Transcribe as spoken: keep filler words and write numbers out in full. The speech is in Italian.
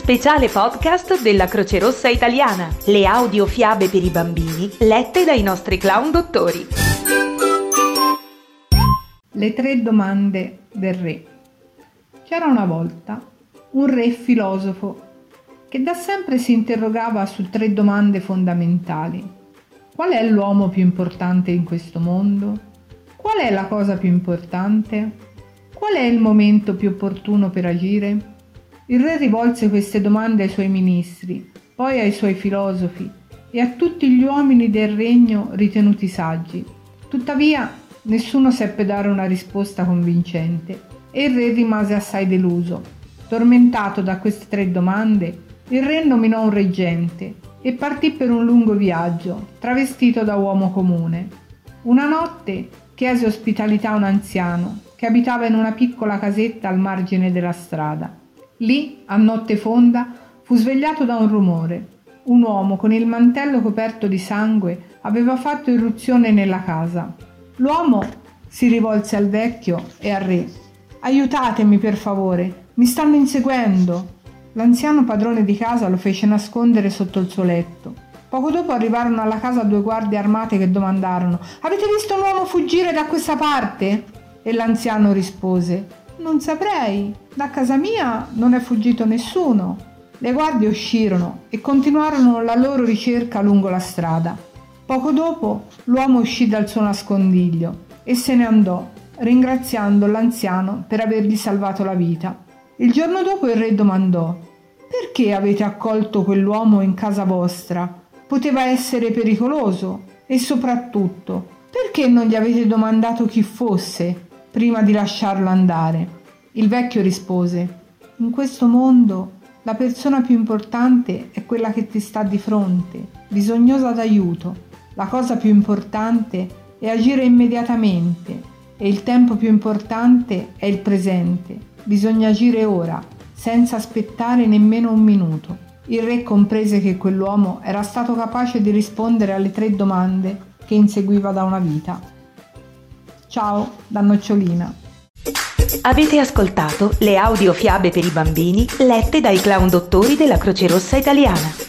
speciale podcast della Croce Rossa Italiana, le audiofiabe per i bambini lette dai nostri clown dottori. Le tre domande del re. C'era una volta un re filosofo che da sempre si interrogava su tre domande fondamentali. Qual è l'uomo più importante in questo mondo? Qual è la cosa più importante? Qual è il momento più opportuno per agire? Il re rivolse queste domande ai suoi ministri, poi ai suoi filosofi e a tutti gli uomini del regno ritenuti saggi. Tuttavia, nessuno seppe dare una risposta convincente e il re rimase assai deluso. Tormentato da queste tre domande, il re nominò un reggente e partì per un lungo viaggio, travestito da uomo comune. Una notte chiese ospitalità a un anziano che abitava in una piccola casetta al margine della strada. Lì, a notte fonda, fu svegliato da un rumore. Un uomo con il mantello coperto di sangue aveva fatto irruzione nella casa. L'uomo si rivolse al vecchio e al re. «Aiutatemi, per favore, mi stanno inseguendo!» L'anziano padrone di casa lo fece nascondere sotto il suo letto. Poco dopo arrivarono alla casa due guardie armate che domandarono: «Avete visto un uomo fuggire da questa parte?» E l'anziano rispose: «Non saprei, da casa mia non è fuggito nessuno». Le guardie uscirono e continuarono la loro ricerca lungo la strada. Poco dopo l'uomo uscì dal suo nascondiglio e se ne andò, ringraziando l'anziano per avergli salvato la vita. Il giorno dopo il re domandò: «Perché avete accolto quell'uomo in casa vostra? Poteva essere pericoloso e soprattutto, perché non gli avete domandato chi fosse prima di lasciarlo andare?» Il vecchio rispose: «In questo mondo la persona più importante è quella che ti sta di fronte, bisognosa d'aiuto. La cosa più importante è agire immediatamente e il tempo più importante è il presente. Bisogna agire ora, senza aspettare nemmeno un minuto». Il re comprese che quell'uomo era stato capace di rispondere alle tre domande che inseguiva da una vita. Ciao, da Nocciolina. Avete ascoltato le audiofiabe per i bambini lette dai clown dottori della Croce Rossa Italiana.